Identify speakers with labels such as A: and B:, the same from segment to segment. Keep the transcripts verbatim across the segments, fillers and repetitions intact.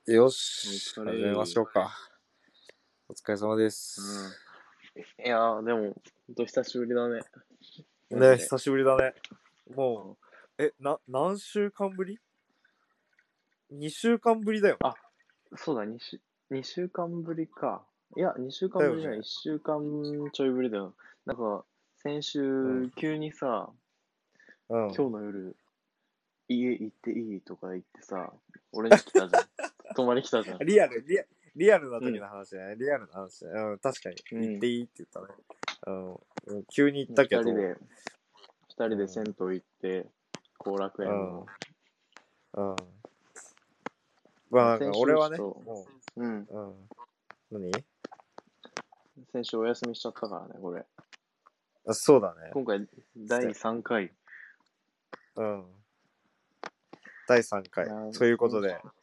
A: よし、
B: お疲れ
A: 始めましょうか。お疲れ様です。
B: うん。いやー、でも、ほんと久しぶりだね。
A: ね、久しぶりだね。もう、え、な、何週間ぶり ?に 週間ぶりだよ。
B: あ、そうだ、2週、二週間ぶりか。いや、にしゅうかんぶりじゃない、
A: だよね。
B: いっしゅうかんちょいぶりだよ。なんか、先
A: う
B: 週、
A: ん。
B: 急にさ、
A: うん。
B: 今日の夜、家行っていいとか言ってさ、俺ん家来たじゃん。泊まり来たじゃん。
A: リアル、リアリアルな時
B: うん。
A: の話ね。リアルな話ね。うん、確かに。
B: うん。
A: 行っていいって言ったね。うん。急に行っ
B: 二
A: たけど。
B: 人で、二人で
A: うん。
B: 銭湯行って、後楽園の。
A: うん。うん。まあなんか
B: 先
A: 俺はね、
B: 週ちょっ
A: も
B: と、うん。
A: う、うん。何
B: 先週お休みしちゃったからね、これ。
A: あ、そうだね。
B: 今回、だいさんかい。
A: うん。だいさんかい。
B: いやー、
A: ということで、
B: 先週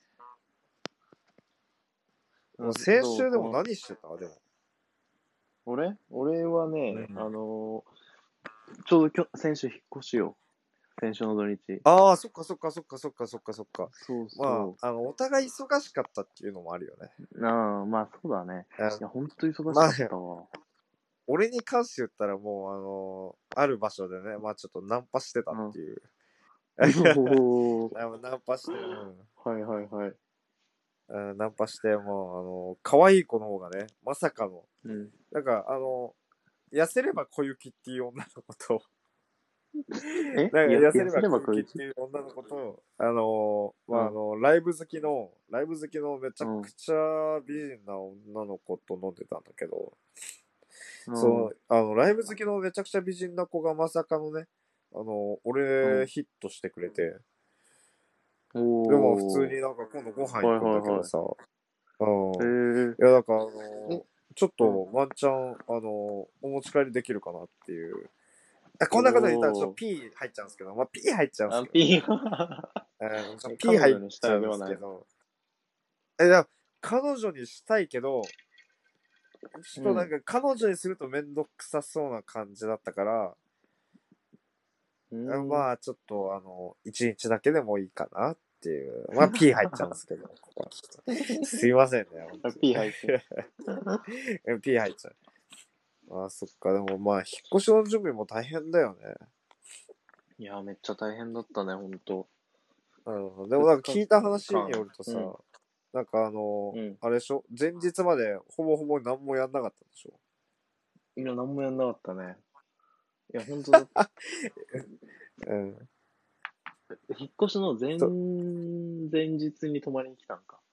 A: もう
B: うん
A: 先週でも
B: どうこの、
A: 何してたでも。
B: 俺俺はね、
A: うん。
B: あのーちょうどきょ先週引っ越しよ。先週の土日。
A: ああ、そっかそっかそっかそっかそっかそっか。
B: そう
A: ま
B: そ
A: あ、あの、お互い忙しかったっていうのもあるよね。
B: う。ああ、まあそうだね。
A: あ
B: いや、ほんと忙し
A: まあ、
B: かったわ。
A: 俺に関して言ったらもう、あの、ある場所でね、まあちょっとナンパしてた
B: うん。
A: っていう。
B: おー。
A: ナナンパして、うん
B: はいはいはい。
A: うん。ナンパして、もう、あの、可愛い子の方がね、まさかの、
B: うん。
A: なんか、あの、痩せれば小雪っていう女の子と、
B: え
A: なんか
B: や、
A: 痩せれば
B: 痩せれば
A: 小雪って
B: こいつ
A: いう女の子と、あのー、まあ、あ
B: うん。
A: の、ライブ好きの、ライブ好きのめちゃ
B: うん。
A: くちゃ美人な女の子と飲んでたんだけど、
B: うん。
A: その、あの、ライブ好きのめちゃくちゃ美人な子がまさかのね、あの、俺
B: うん。
A: ヒットしてくれて、でも普通
B: おー。
A: になんか今度ご飯行
B: はい
A: くんだ
B: はいは
A: けどさ、うん。
B: い。
A: いや、だからあ
B: えー、え、
A: の、ちょっ
B: うん。
A: とワンチャン、あの、お持ち帰りできるかなっていう。あ、こんなこと言ったらちょっと
B: おー。
A: P 入っちゃうんですけど、まあ P 入っちゃうんです
B: あ、
A: けどね。
B: ピー。
A: えー、ちょ
B: え、
A: P
B: 彼
A: 入っ
B: 女にした
A: ちゃうんで
B: いではないの？
A: すけど、え、だから彼女にしたいけど、ちょっとなん
B: うん。
A: か彼女にするとめんどくさそうな感じだったから、
B: うーん。
A: まあちょっとあの、一日だけでもいいかなっていう。まあ P 入っちゃうんですけど、ここはちょっとすいませんね、本当
B: P 入って。
A: に。P 入っちゃう。あ、そっか、でもまあ引っ越しの準備も大変だよね。
B: いや、めっちゃ大変だったね、ほんと。
A: うん。でも
B: 2
A: なんか
B: 日
A: 聞いた話によ
B: 間。
A: るとさ、
B: うん。
A: なんかあの、
B: うん。
A: あれでしょ前日までほぼほぼ何もやんなかったでしょ
B: いや、なんもやんなかったね。いや、ほんとだ。
A: うん。
B: 引っ越しの前、
A: そ
B: 前日に泊まりに来たんか。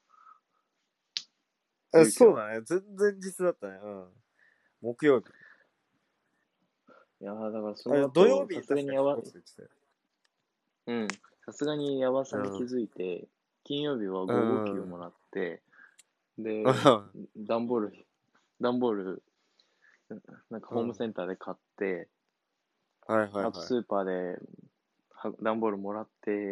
A: あ、
B: ゆうきは。
A: そうだね。全然実だったね。うん。木曜日。
B: いやー、だからそ
A: あれ、土曜
B: の後、さ
A: 日に確か
B: すがにやば、
A: 引っ越すって言って
B: うん。さすがにやばさに気
A: たよ。
B: づいて、金曜日は
A: う
B: 午後休
A: ん。うん。
B: もらって、で、
A: うん
B: 段ボール、段ボール、なんかホーム
A: うん。
B: センターで買って、
A: はいはいはい。
B: あとスーパーでは段ボールもらって、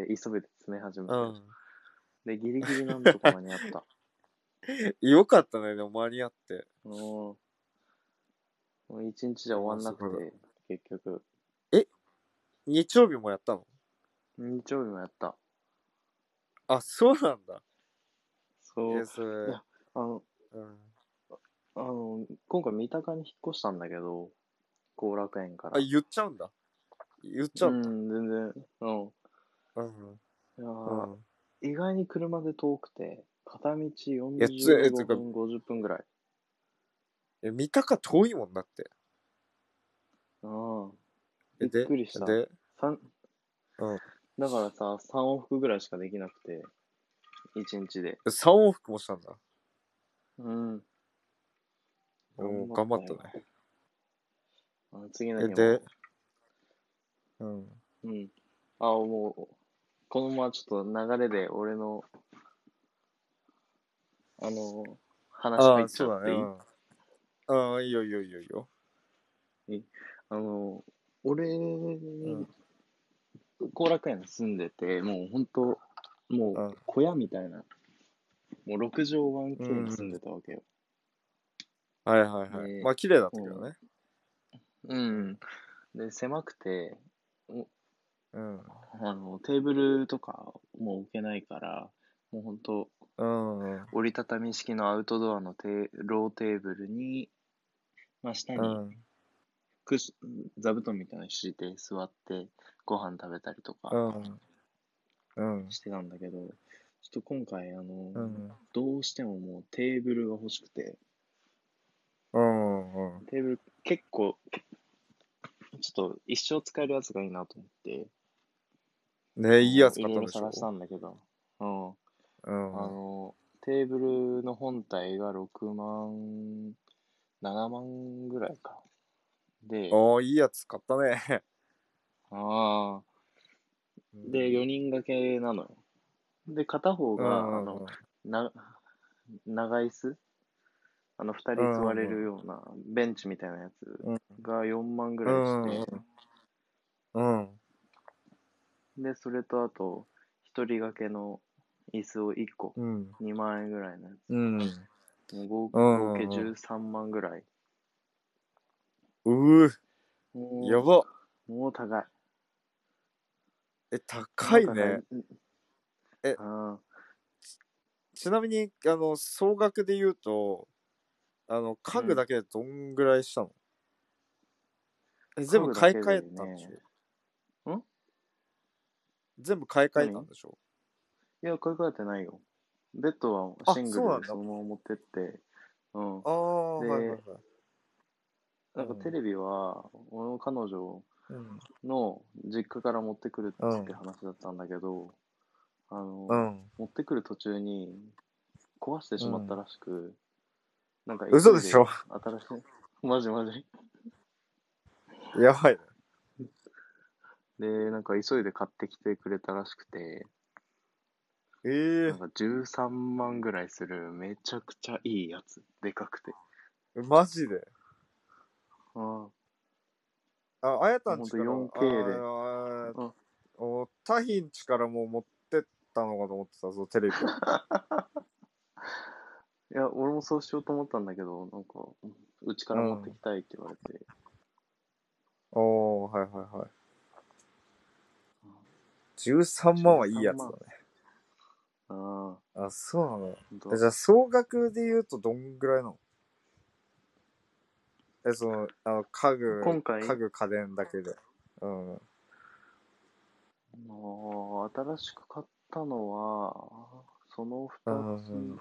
B: 急いで詰め始めて。
A: うん。
B: で、ギリギリなんとか間に合った。
A: よかったね、でも間に合って。
B: もう、もう一日じゃ
A: ああ、
B: 終わんな
A: そこだ。
B: くて、結局。
A: え、日曜日もやったの？
B: 日曜日もやった。
A: あ、そうなんだ。
B: そう。
A: え、それ、
B: いや、あの、
A: うん。
B: あの、今回三鷹に引っ越したんだけど、後楽園か
A: あ、
B: ら。
A: 言っちゃうんだ。言っちゃうんだ。
B: うん、全然。うん。
A: うん。
B: いやー、
A: うん。
B: 意外に車で遠くて、片道
A: え、つ、え、
B: 45
A: つうか、
B: 分、ごじゅっぷんぐらい。
A: え、三鷹遠いもんだって。
B: ああ、
A: え、
B: びっ
A: で、
B: くりした。
A: で、
B: 三
A: うん。
B: だからさ、さん往復ぐらいしかできなくて、いちにちで。
A: さん往復もしたんだ。
B: うん。
A: おー、
B: 頑張ったよ。
A: 頑張ったね。
B: あの次の
A: え、
B: 日も、
A: で、うん。
B: うん。あ、もう、このままちょっと流れで俺の、あの、話
A: ああ、
B: 入っち
A: そうだね。
B: ゃっていい？
A: うん。ああ、いいよいいよいいよいいよ。
B: えあの、俺、
A: うん。
B: 後楽園住んでて、もうほんと、もう
A: うん。
B: 小屋みたいな、もうろく畳 ワンケー に住ん
A: うん。
B: でたわけよ。
A: はいはいはい。
B: で、
A: まあ、綺麗だったけど
B: も
A: ね。
B: う、うん。で、狭くて、お
A: うん。
B: あの、テーブルとかも置けないから、 もうほんと、
A: うん。
B: 折りたたみ式のアウトドアのテローテーブルに、まあ、下に
A: うん。
B: クシ座布団みたいなの敷いて座ってご飯食べたりとか
A: うん。うん。
B: してたんだけど、ちょっと今回、あの、
A: うん。
B: どうしてももうテーブルが欲しくて、
A: うん。
B: テーブル結構、ちょっと一生使えるやつがいいなと思って、
A: ね、いいやつ
B: いろい
A: 買ったんでし
B: ろ探した
A: ょ？
B: んだけど、うん。
A: う
B: あ
A: ん。
B: の、テーブルの本体がろくまん、ななまんぐらいか。で、
A: おー、いいやつ買ったね。
B: ああ、で、
A: うん。
B: よにん掛けなのよ。で、片方
A: う
B: が、あ
A: ん。
B: の、
A: うん。
B: な、長椅子あの、二
A: う
B: 人座れる
A: ん。
B: ようなベンチみたいなやつ
A: うん。
B: がよんまんぐ
A: う
B: らいし
A: ん。
B: て、
A: うん。
B: で、それとあと、一人掛けの椅子をいっこ、
A: うん。
B: にまん円ぐらいのやつ。
A: うん。
B: もう合
A: う
B: 合計
A: ん。うん。
B: じゅうさんまんぐらい。
A: うー、や
B: も
A: ば。
B: う、もう高い。
A: え、
B: もう高い。
A: 高いね。
B: ん
A: え、
B: あ
A: ちなみに、あの、総額で言うと、あの、
B: ーうん。
A: 家具だけでどんぐらいしたの？え、全
B: 家
A: 部
B: 具だけで
A: 買い替えたんでし
B: ね。
A: ょ？
B: ん
A: 全部買い替えた
B: 何い
A: んでしょ？
B: や、買い替えてないよ。ベッドは
A: あ、
B: シング
A: そうなんだ。
B: ルでそのまま持ってって、うん。
A: ああ、はいはい
B: で、
A: はい。うん。
B: なんかテレビは、俺の彼女
A: うん。
B: の実家から持ってくるっ
A: うん。
B: つって話だったんだけど、あの、
A: うん。
B: 持ってくる途中に壊してしまった
A: うん。
B: らしく、なんか急いで
A: 嘘でしょ？
B: 新しい、マジマジ。
A: やばいね。
B: で、なんか急いで買ってきてくれたらしくて、
A: え
B: なんかじゅうさんまんぐらいするめちゃくちゃいいやつ。でかくて。
A: えー、マジで。
B: ああ、も
A: あ、あやた
B: うほんと
A: んちから、あ
B: よんケー で。
A: ー、
B: うん。
A: お、タヒンちからもう持ってったのかと思ってた、そのテレビを。
B: いや、俺もそうしようと思ったんだけど、なんか、うちから持って
A: うん。
B: きたいって言われて。
A: おー、はいはいはい。じゅうさんまんはいい
B: 13
A: やつだ
B: 万。
A: ね。
B: ああ、
A: あ、そうなの。
B: ほんと。
A: え、じゃあ、総額で言うとどんぐらいなの？え、その、あの、家具、
B: 今回、
A: 家具家電だけで。うん。
B: もう、新しく買ったのは、その
A: う
B: 二
A: ん。
B: つ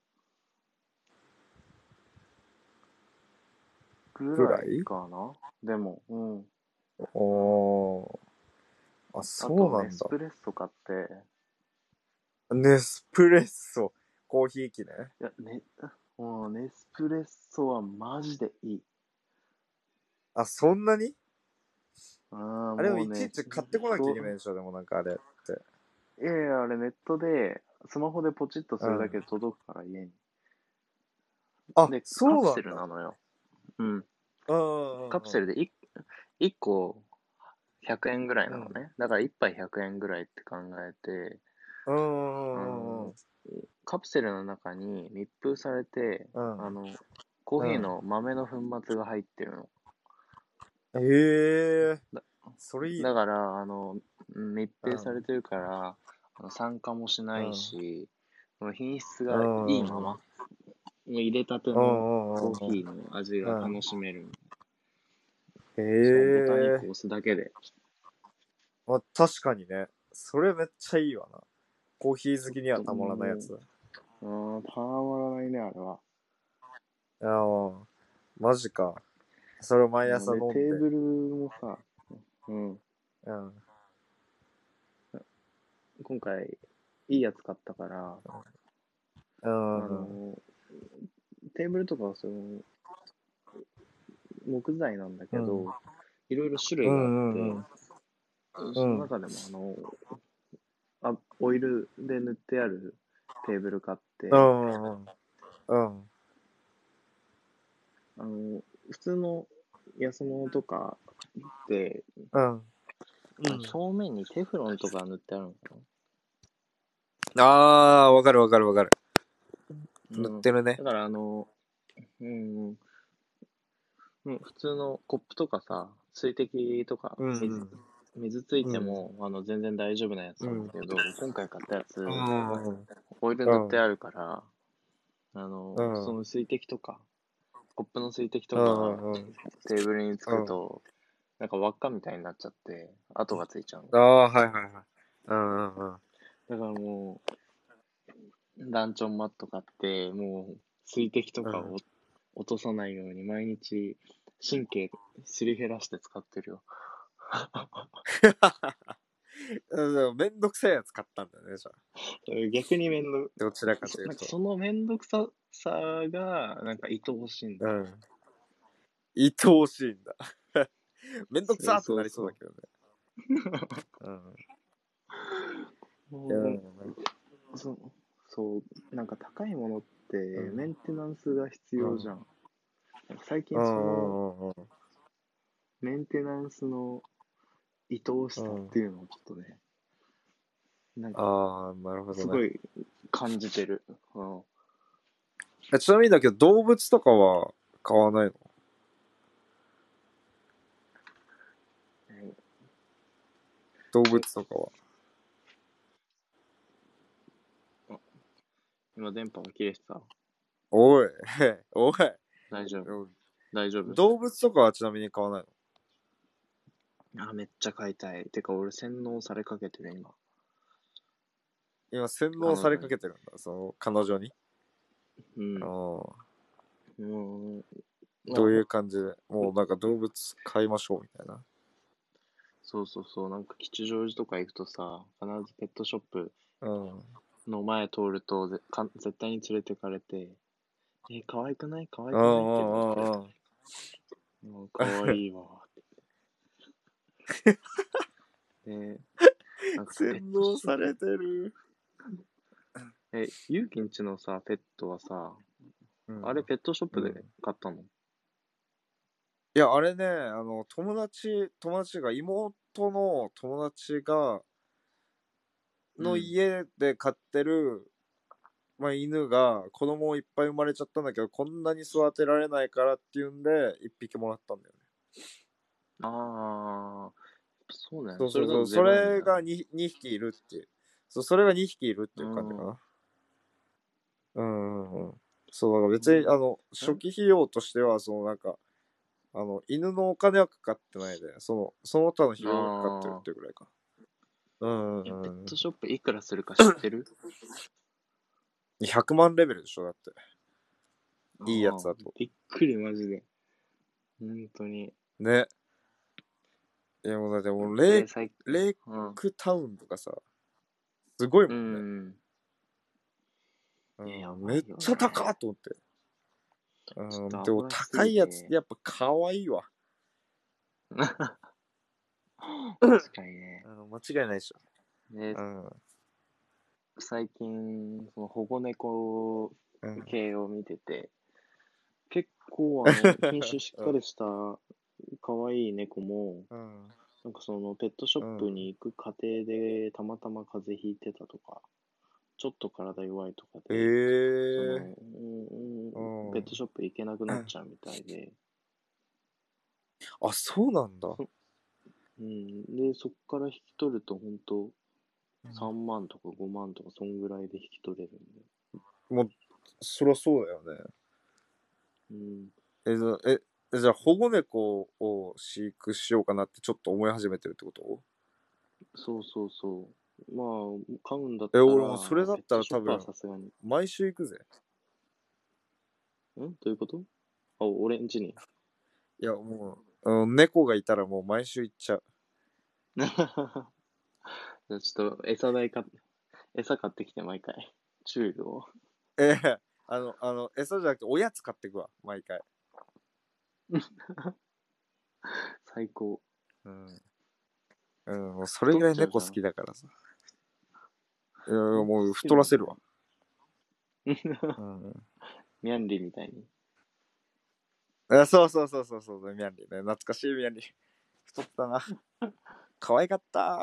B: ぐらい
A: ぐらい？
B: かな。でも、うん。
A: おー。あ、
B: あと、ネ
A: そうなんだ。
B: スプレッソ買って、
A: ネスプレッソ。コーヒー機ね。
B: いや、ね、もう、ネスプレッソはマジでいい。
A: あ、そんなに？
B: ああ、
A: あれも
B: もうね、
A: いちいち買ってこなきゃいけない
B: こ
A: でしょ、でもなんかあれって。
B: う、いやいや、あれネットで、スマホでポチッとするだ
A: うん。
B: けで届くから家に。
A: あ、
B: で、カプセ
A: そうなんだ。
B: ルなのよ。うん。
A: うんうん
B: カプセルで 1, いっこひゃくえんぐらい
A: うん。うん。
B: なのね。だからいっぱいひゃくえんぐらいって考えて、
A: うんう
B: あ
A: んうん
B: の、カプセルの中に密封されて、
A: うん。
B: あの、コーヒー
A: うん。
B: の豆の粉末が入ってるの。
A: うん。ええー、
B: だ
A: それいいね。
B: だから、あの、密閉され
A: うん。
B: てるから、あの酸化もしない
A: うん。
B: し、その品質
A: う
B: がいいまま、
A: んうんうん。
B: もう入れたて
A: うん
B: の
A: うんうん
B: コーヒーの味が
A: うん。うん。
B: 楽しめる。
A: へ
B: しかもボタン1
A: えー。
B: 個押すだけで。
A: まあ、確かにね。それめっちゃいいわな。コーヒー好きには
B: ちょっと
A: たまらないや
B: も
A: つだ。
B: う、あーたまらないね、あれは。
A: いやー、マジか。それを毎
B: もうで、
A: 朝飲んで。
B: テーブルもさ、うん、
A: うん。
B: 今回、いいやつ買ったから、
A: う
B: あ
A: ん。うん。
B: の、テーブルとかはその、木材なんだ
A: うん。
B: けど、いろいろ種
A: う
B: 類があっ
A: んうん
B: て、
A: うん。うん。
B: その中でも、あの、あ、オイルで塗ってあるテーブル買っ
A: う
B: て、
A: ん。うん。
B: あの、普通の安物とかで、
A: うん。
B: 表面にテフロンとか塗ってあるのか
A: あー、わかるわかるわかる。
B: な。うん。
A: 塗ってるね。
B: だから、あの、うん、うん、普通のコップとかさ、水滴とか
A: うん
B: 水、水つい
A: うん。
B: ても、あの、全然大丈夫なやつ
A: うん。
B: なんだけど、今回買ったやつ、
A: うん。
B: オイル塗ってあるから、うん、あの、
A: うん、
B: その水滴とか、コップの水滴と
A: うん、
B: か、
A: うん、
B: テーブルにつくと、うん、なんか輪っかみたいになっちゃって、跡がついちゃうの。
A: ああ、はいはいはい。うんうんうん。
B: だからもう、ランチョンマット買って、もう、水滴とかを、うん、落とさないように毎日神経すり減らして使ってるよ。
A: めんどくさいやつ買ったんだね、じゃ
B: あ。逆にめんど
A: どちらかというと。
B: なんかそのめんどくささが、なんか愛おしいんだ。
A: うん。愛おしいんだ。めんどくさーってなりそうだけどね。うん。
B: うん、そう、そう、なんか高いものってメンテナンスが必要じゃん。うん、最近そのメンテナンスの愛おしさっていうのをちょっとね、なんか、ああ、なるほどね。すごい感じてる。うん。
A: ちなみにだけど、動物とかは買わないの？動物とかは。
B: 今電波が切れてた。
A: おい、おい。
B: 大丈夫。大丈夫。
A: 動物とかはちなみに買わない
B: の？あ、めっちゃ買いたい。てか俺洗脳されかけてる今。
A: 今洗脳されかけてるんだ、その彼女に。うん。うん。どういう感じで、もうなんか動物飼いましょうみたいな。
B: そうそうそう、なんか吉祥寺とか行くとさ、必ずペットショップの前通ると、ぜか絶対に連れてかれて、え、可愛くない可愛くないって言われて、もう可愛いわって。で、なんか
A: 洗脳されてる。
B: え、ゆうきんちのさ、ペットはさ、うん、あれペットショップで買ったの？うん、
A: いや、あれね、あの、友達、友達が、妹の友達が、の家で飼ってる、うん、まあ、犬が子供いっぱい生まれちゃったんだけど、こんなに育てられないからっていうんで、いっぴきもらったんだよね。
B: ああ、そうね。
A: そうそうそう、それが 2, 2匹いるっていう。そう、それがにひきいるっていう感じかな。うんうんうん。そう、だから別に、あの、初期費用としては、そのなんか、あの、犬のお金はかかってないで、その、その他の費用がかかってるっていうぐらいか。うんうん、うん。ペ
B: ットショップいくらするか知ってる？
A: ひゃくまんレベルでしょ、だって。いいやつだと。
B: びっくり、マジで。本当に。ね。
A: いやもうだってもうレイ、レイクタウンとかさ、すごいもんね。うん、めっちゃ高っと思って。うん、でも高いやつってやっぱ可愛いわ。確
B: かにね。
A: 間違いないでしょ。ね、うん、
B: 最近、その保護猫系を見てて、うん、結構あの品種しっかりした可愛い猫も、うん、なんかそのペットショップに行く過程でたまたま風邪ひいてたとか、ちょっと体弱いとかで、えー、その、うんうん、ペットショップ行けなくなっちゃうみたいで。
A: あ、そうなんだ。
B: うん、で、そっから引き取ると本当さんまんとかごまんとかそんぐらいで引き取れるんで。
A: もう、そりゃそうだよね。うん。え、じゃあ、え、じゃあ保護猫を飼育しようかなってちょっと思い始めてるってこと？そうそうそう。まあ、飼うんだったら、え、俺もそれだったら多分、毎週行くぜ。んどういうこと？あ、俺ん家に。いや、もう、うん、猫がいたらもう毎週行っちゃう。じゃあちょっと餌代か、餌買ってきて毎回。チュールを。えー、あの、あの、餌じゃなくておやつ買ってくわ、毎回。最高。うん。うん、もうそれぐらい猫好きだからさ。いや、もう太らせるわ。うん。ミャンリーみたいに。あ、そうそうそうそうそう、ミャンリーね。懐かしいミャンリー。太ったな。可愛かった、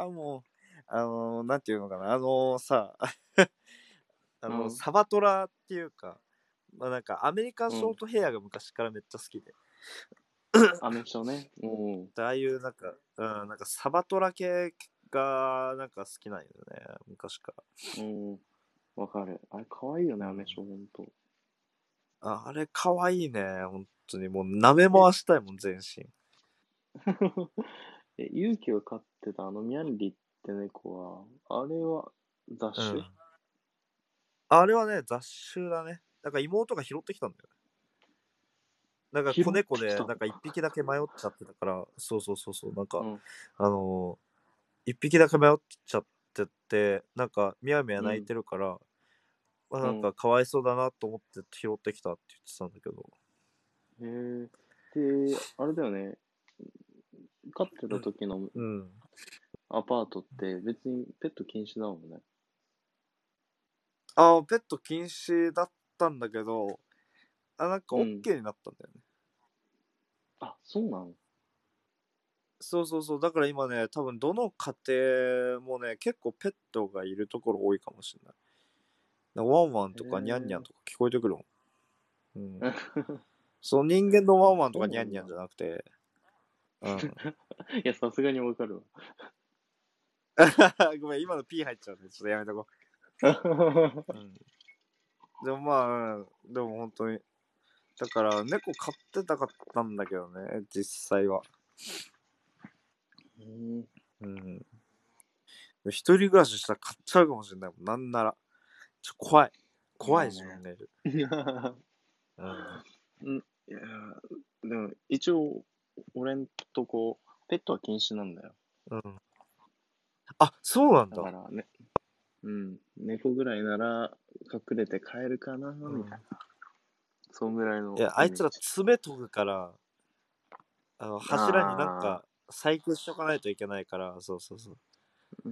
A: もう。あのー、なんていうのかな。あのー、さ、あの、うん、サバトラっていうか、まあなんかアメリカンショートヘアが昔からめっちゃ好きで。アメショね。うん。ああいうなんか、うん、なんかサバトラ系がなんか好きなんよね、昔から。うん。
B: わかる。あれ、かわいいよね、アメショ、ほんと。
A: ああれ、かわいいね。本当に。もう、舐め回したいもん、全身。
B: え、勇気を飼ってたあのミャンリって猫は、あれは雑種、うん、
A: あれはね、雑種だね。なんか妹が拾ってきたんだよ。なんか子猫で、なんか一匹だけ迷っちゃってたから、そうそうそうそう、なんか、うん、あのー、一匹だけ迷っちゃってて、なんか、みやみや泣いてるから、うん、まあ、なんか、かわいそうだなと思って拾ってきたって言ってたんだけど。
B: へえ。で、あれだよね。飼ってた時のアパートって別にペット禁止だもんね。
A: ああ、ペット禁止だったんだけど、あ、なんか OK になったんだよね。
B: うん、あ、そうなの？
A: そうそうそう。だから今ね、多分どの家庭もね、結構ペットがいるところ多いかもしれない。ワンワンとかニャンニャンとか聞こえてくるもん。うん。そう、人間のワンワンとかニャンニャンじゃなくて。うん。い
B: や、さすがにわかるわ。
A: ごめん、今の P 入っちゃうね。ちょっとやめとこう。うん、でもまあ、でも本当に。だから猫飼ってたかったんだけどね、実際は。うん。一人暮らししたら買っちゃうかもしれないもん。なんなら。ちょ、怖い。怖い自分がいる。
B: うん。いや、でも一応、俺んとこ、ペットは禁止なんだよ。
A: うん。あ、そうなんだ。
B: だからね、うん。猫ぐらいなら隠れて飼えるかな、みたいな。うん、そんぐらいの。
A: いや、あいつら爪研ぐから、あの、柱になんか細工しとかないといけないから、そうそうそう。
B: うん。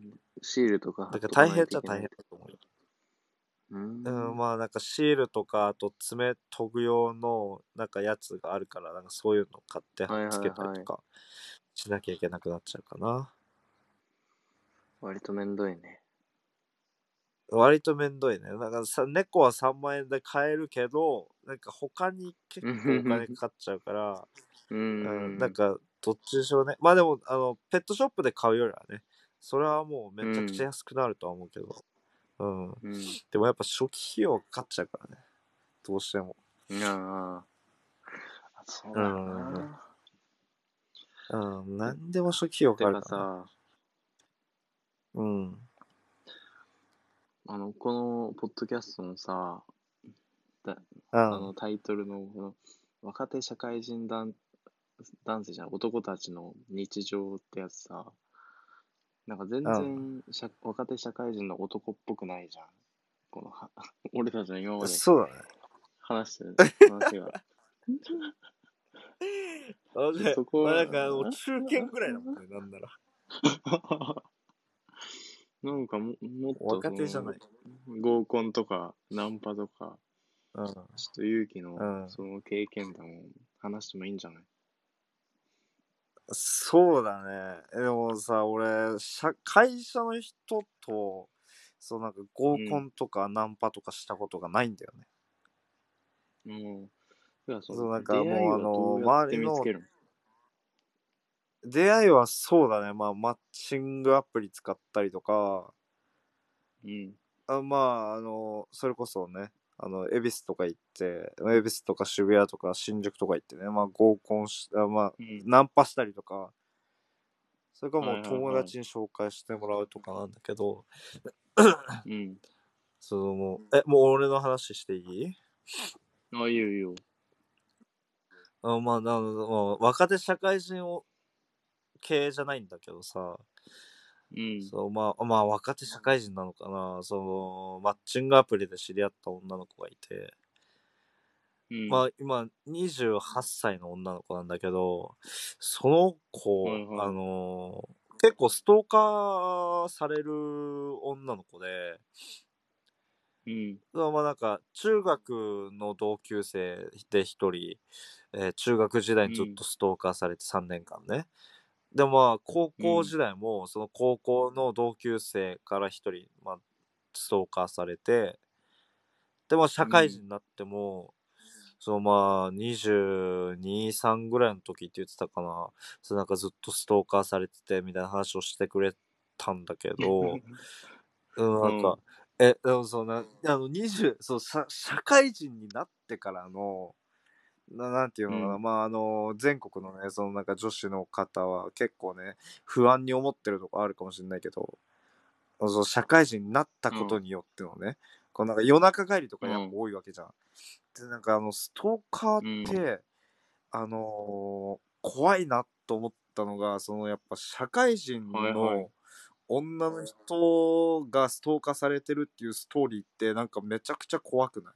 B: シールとか貼っと
A: か大変っちゃ大変だと思うよ。うん、うん、まあなんかシールとか、あと爪研ぐ用のなんかやつがあるから、なんかそういうの買ってつけたりとかしなきゃいけなくなっちゃうかな。はいはいはい、
B: 割とめんどいね。
A: 割とめんどいね。なんかさ、猫はさんまんえんで買えるけど、なんか他に結構お金かかっちゃうから、うん、なんかどっちでしょうね。まあでも、あの、ペットショップで買うよりはね、それはもうめちゃくちゃ安くなるとは思うけど、うん。うん、でもやっぱ初期費用かかっちゃうからね。どうしても。あ
B: あ。そうだな。
A: うん。うん。なんでも初期費用かかるから、ね。
B: てかさ、
A: うん。
B: あの、このポッドキャストのさ、あのタイトルのこの若手社会人男男性じゃん、男たちの日常ってやつさ、なんか全然社若手社会人の男っぽくないじゃん。このは俺たちの今まで話してる話が。
A: そこは。なんかもう中堅ぐらいだもんね、なんなら。
B: なんかももっと
A: 若手じゃない。
B: 合コンとかナンパとか、
A: うん、
B: ちょっと勇気のその経験談を話してもいいんじゃない？
A: そうだね。でもさ、俺、社会社の人と、そうなんか合コンとかナンパとかしたことがないんだよね。
B: うん。いや、そ
A: そう、なん
B: の出会いはどうやって見つけるの？
A: 出会いはそうだね。まあ、マッチングアプリ使ったりとか、うん。あまあ、あの、それこそね、あの、恵比寿とか行って、恵比寿とか渋谷とか新宿とか行ってね、まあ合コンし、あまあ、うん、ナンパしたりとか、それかもう友達に紹介してもらうとかなんだけど、うん。そのもう、え、もう俺の話していい？
B: あ、いいよいいよ。
A: あまあ、なの、若手社会人を系じゃないんだけどさ、うん、そうまあ、まあ、若手社会人なのかな、その、マッチングアプリで知り合った女の子がいて、うん、まあ、今、にじゅうはっさいの女の子なんだけど、その子、はいはい、あのー、結構ストーカーされる女の子で、うん、まあなんか中学の同級生で一人、えー、中学時代にずっとストーカーされてさんねんかんね。うん、でまあ高校時代もその高校の同級生から一人、まあ、ストーカーされて、でも社会人になっても、うん、そのまあにじゅうに、さんぐらいの時って言ってたかな。そなんかずっとストーカーされててみたいな話をしてくれたんだけど、うん、なんか、 え、でもそうな、あの、にじゅう、そう、社会人になってからの、ななんていうのかな、うん、まあ、あの、全国のね、そのなんか女子の方は結構ね、不安に思ってるとこあるかもしれないけど、そう社会人になったことによってのね、うん、こうなんか夜中帰りとかやっぱ多いわけじゃん。うん、で、なんかあの、ストーカーって、うん、あのー、怖いなと思ったのが、そのやっぱ社会人の女の人がストーカーされてるっていうストーリーってなんかめちゃくちゃ怖くない？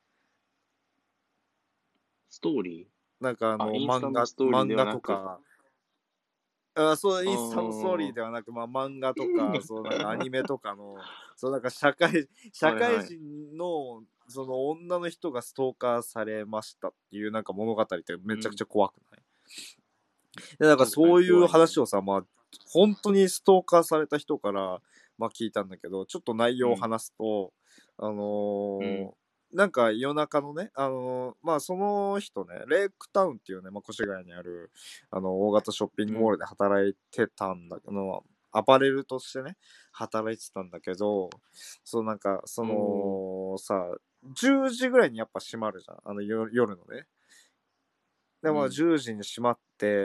B: ストーリー
A: なんかあの、漫画、漫画とか、あそう、インスタのストーリーではなく、まあ漫画とか、そうなんかアニメとかの、そうなんか社会、社会人の、その女の人がストーカーされましたっていうなんか物語ってめちゃくちゃ怖くない？うん、で、なんかそういう話をさ、まあ、本当にストーカーされた人から、まあ聞いたんだけど、ちょっと内容を話すと、うん、あのー、うんなんか夜中のね、あのー、まあその人ね、レイクタウンっていうね、まあ越谷にある、あの、大型ショッピングモールで働いてたんだけど、うん、アパレルとしてね、働いてたんだけど、そうなんか、その、さ、じゅうじぐらいにやっぱ閉まるじゃん、あの夜のね。で、まあじゅうじに閉まって、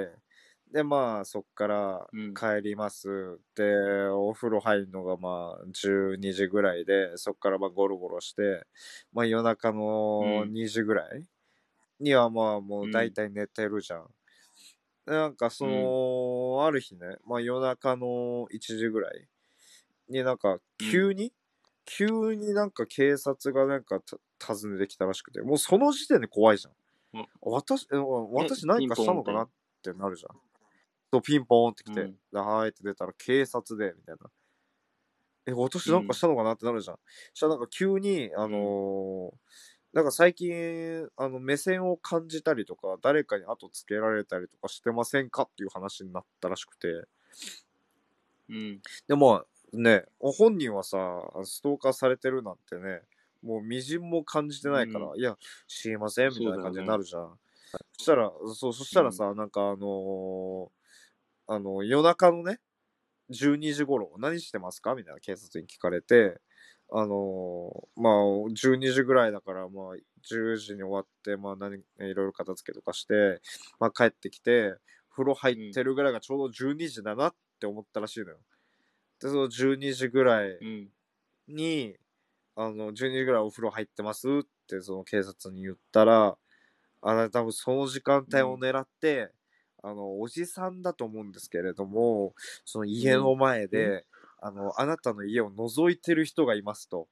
A: で、まあそっから帰ります。うん、で、お風呂入るのがまあじゅうにじぐらいで、そっからまあゴロゴロして、まあ夜中のにじぐらいにはまあもう大体寝てるじゃん。で、なんかその、うん、ある日ね、まあ夜中のいちじぐらいになんか急に、うん、急になんか警察がなんか訪ねてきたらしくて、もうその時点で怖いじゃん。私、私何かしたのかなってなるじゃん。そう、ピンポーンって来て、うん、はーいって出たら警察で、みたいな。え、私なんかしたのかなってなるじゃん。そしたらなんか急に、あのー、なんか最近、あの、目線を感じたりとか、誰かに後つけられたりとかしてませんかっていう話になったらしくて。うん。で、まあ、ね、本人はさ、ストーカーされてるなんてね、もうみじんも感じてないから、うん、いや、知りませんみたいな感じになるじゃん。そしたら、そう、そしたらさ、うん、なんかあのー、あの、夜中のね、じゅうにじ頃、何してますかみたいな警察に聞かれて、あのー、まあ、じゅうにじぐらいだから、まあ、じゅうじに終わって、まあ、何、いろいろ片付けとかして、まあ、帰ってきて、風呂入ってるぐらいがちょうどじゅうにじだなって思ったらしいのよ。で、そのじゅうにじぐらいに、うん、あの、じゅうにじぐらいお風呂入ってますって、その警察に言ったら、あなた多分その時間帯を狙って、うん、あの、おじさんだと思うんですけれども、その家の前で、うん、あの、あなたの家を覗いてる人がいますと。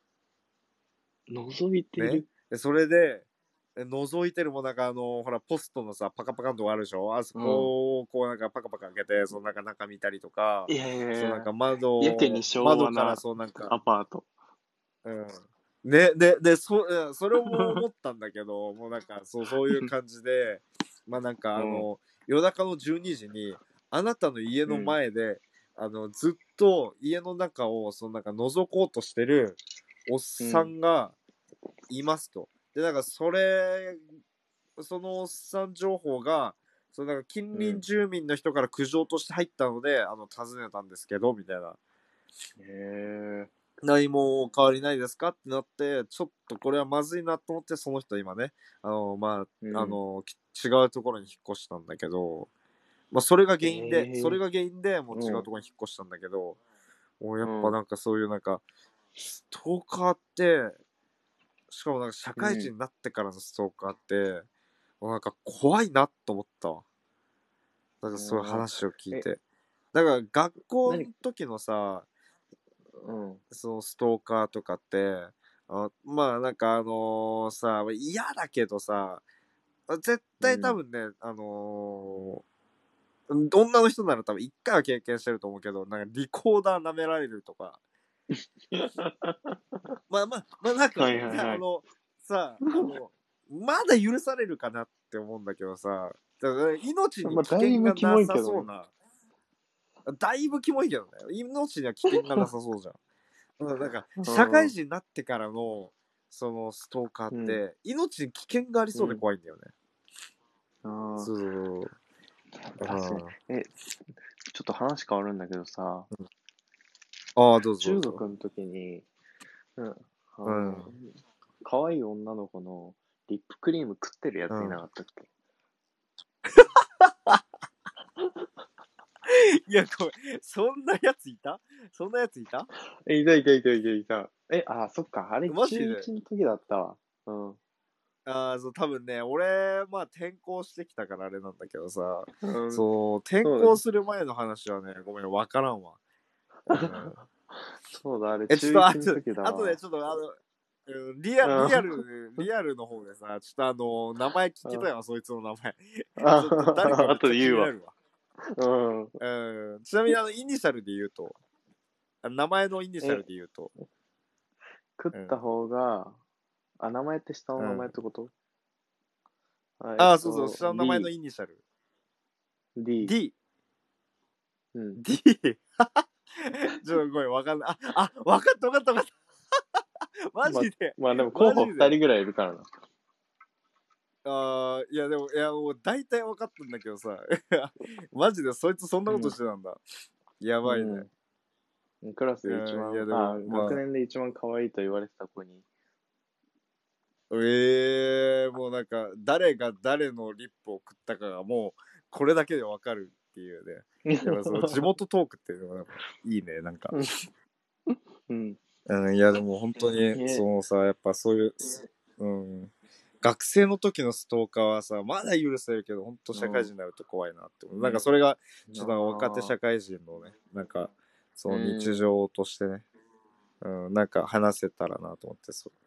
B: 覗いてる、
A: ね、でそれで、覗いてるもんなんかあの、ほら、ポストのさ、パカパカのとこあるでしょあそこを、こうなんかパカパカ開けて、そのなんか中見たりとか、
B: いやいやいや、
A: そうなんか窓、
B: やけに昭和なアパート。
A: うん。ね、で、で、そ、それも思ったんだけど、もうなんか、そう、そういう感じで、まあなんかあの、うん、夜中のじゅうにじに、あなたの家の前で、うん、あの、ずっと家の中を、そのなんか覗こうとしてるおっさんがいますと。うん、で、なんかそれ、そのおっさん情報が、そのなんか近隣住民の人から苦情として入ったので、うん、あの、訪ねたんですけど、みたいな。へー。何も変わりないですかってなって、ちょっとこれはまずいなと思って、その人今ね、あの、まあ、うん、あの、違うところに引っ越したんだけど、まあ、それが原因で、えー、それが原因でもう違うところに引っ越したんだけど、もうやっぱなんかそういうなんか、ストーカーって、しかもなんか社会人になってからのストーカーって、もうなんか怖いなと思ったわ。なんかそういう話を聞いて。だから学校の時のさ、うん、そのストーカーとかって、あまあなんかあのー、さ、嫌だけどさ、絶対多分ね、うん、あのー、女の人なら多分一回は経験してると思うけど、なんかリコーダー舐められるとか。まあまあ、まあなんか、はいはいはい、あの、さ、あの、まだ許されるかなって思うんだけどさ、だから命に危険がなさそうな、だいぶキモいけどね。命には危険がなさそうじゃん。なんか、社会人になってからの、そのストーカーって、うん、命に危険がありそうで怖いんだよね。うん、そう。
B: 確かに。え、ちょっと話変わるんだけどさ、
A: うん、ああ、どうぞどうぞ。
B: 中学の時に、 うん。可愛い女の子のリップクリーム食ってるやついなかったっけ？
A: いや、ごめん。そんなやついたそんなやついた
B: え、いたいたいたいたいた。え、あ、そっか。あれ、
A: マジで
B: 中いちの時だったわ。うん。
A: ああ、そう、多分ね、俺、まあ転校してきたからあれなんだけどさ、
B: うん、
A: そう、転校する前の話はね、ごめん、わからんわ。うん、
B: そうだ、あれ、
A: え、ちょ
B: 中いちの
A: っと、
B: 時だわ。
A: あとね、ちょっとあの、うん、リアリアル、リアルの方でさ、ちょっとあの、名前聞きたいわ、そいつの名前。ちょっと誰かめっちゃ気になるわ。うん、うん。ちなみにあの、イニシャルで言うと、名前のイニシャルで言うと。
B: 食った方が、うん、あ、名前って下の名前ってこと、
A: うん、ああ、そうそう、下の名前のイニシャル。
B: D。
A: D。
B: うん。
A: D。ちょっとごめん、わかんない。あ、あ、わかったわかったわかった。マジで、
B: ま、まあでも候補ふたりぐらいいるからな。
A: ああ、いやでも、いやもう大体分かったんだけどさ。マジでそいつそんなことしてたんだ。うん、やばいね。
B: うん、クラスで一番、あ、まあ、学年で一番可愛いと言われてた子に。
A: ええー、もうなんか、誰が誰のリップを食ったかがもう、これだけで分かるっていうね。やっぱその地元トークっていうのがいいね、なんか。うん。うん、いやでも本当に、そのさ、やっぱそういう、うん。学生の時のストーカーはさ、まだ許せるけど、本当社会人になると怖いなって思う。なんかそれが、ちょっと若手社会人のね、なんか、その日常としてね、うん、うん、なんか話せたらなと思って、そう、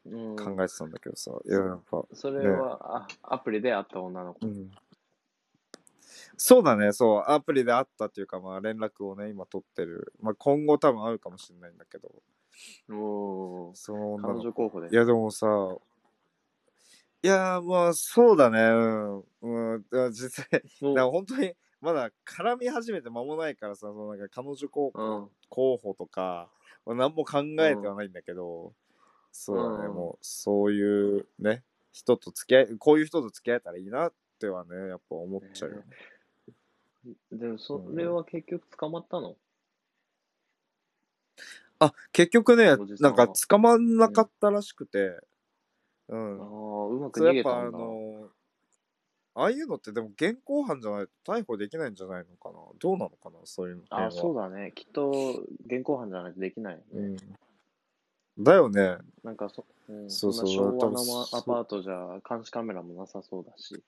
A: うん、考えてたんだけどさ、いや、やっぱ、ね、
B: それは、あ、アプリで会った女の子。うん、
A: そうだね、そう、アプリで会ったっていうか、まあ連絡をね、今取ってる。まあ今後多分会うかもしれないんだけど。
B: おー、
A: その女の子。
B: 彼女候補で。
A: いやでもさ、いやー、まあ、そうだね。うん。うん、実際、だから本当に、まだ絡み始めて間もないからさ、そのなんか彼女候補、うん、候補とか、何も考えてはないんだけど、うん、そうだね、うん、もう、そういうね、人と付き合い、こういう人と付き合えたらいいなってはね、やっぱ思っちゃうよね。
B: えー、でも、それは結局捕まったの？うん、
A: あ、結局ね、なんか捕まんなかったらしくて、うん。
B: うん、ああ、うまく逃げたんだ。
A: やっぱあのああいうのってでも現行犯じゃないと逮捕できないんじゃないのかな、どうなのかな、そういうの。
B: ああ、そうだね。きっと現行犯じゃないとできないよね。うん、
A: だよね。
B: なんかそ、うん、そうそう、そんな昭和のアパートじゃ監視カメラもなさそうだし。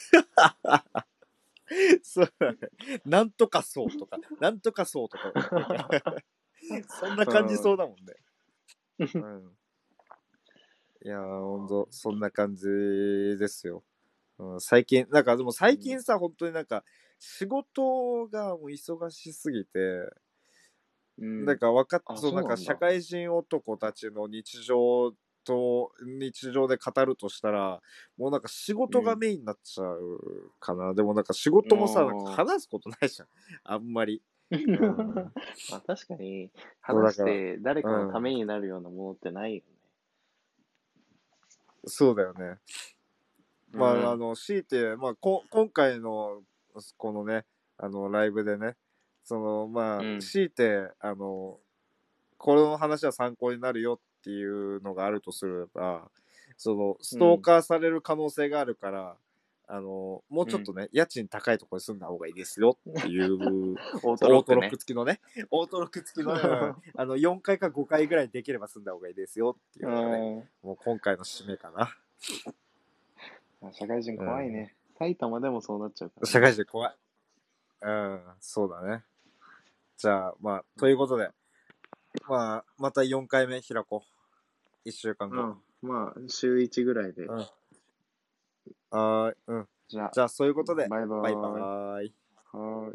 A: そうだね。なんとかそうとか、なんとかそうとか。そんな感じそうだもんね。うん。いやー、ほんと、そんな感じですよ。うん、最近、なんかでも最近さ、うん、本当になんか、仕事がもう忙しすぎて、うん、なんか分かっそう、なんか社会人男たちの日常と日常で語るとしたら、もうなんか仕事がメインになっちゃうかな。うん、でもなんか仕事もさ、なんか話すことないじゃん。あんまり。うん、
B: まあ確かに、話して誰かのためになるようなものってないよね。
A: うん、そうだよね。まあ、あの、強いて、まあ、こ、今回の、このね、あの、ライブでね、その、まあ、うん、強いて、あの、この話は参考になるよっていうのがあるとすれば、その、ストーカーされる可能性があるから、うん、あの、もうちょっとね、うん、家賃高いところに住んだ方がいいですよっていう、オートロック、ね、オートロック付きのね、オートロック付きの、ね、あの、よんかいかごかいぐらいできれば住んだ方がいいですよっていうのがね、もう今回の締めかな。
B: 社会人怖いね、うん。埼玉でもそうなっちゃうから、ね。
A: 社会人怖い。うん、そうだね。じゃあ、まあ、ということで、まあ、またよんかいめ開こう。いっしゅうかんご。
B: うん、まあ、週いちぐらいで。うん。
A: はい、うん。じゃあ、じゃあそういうことで、
B: バイバーイ。
A: バイバーイ。
B: はーい。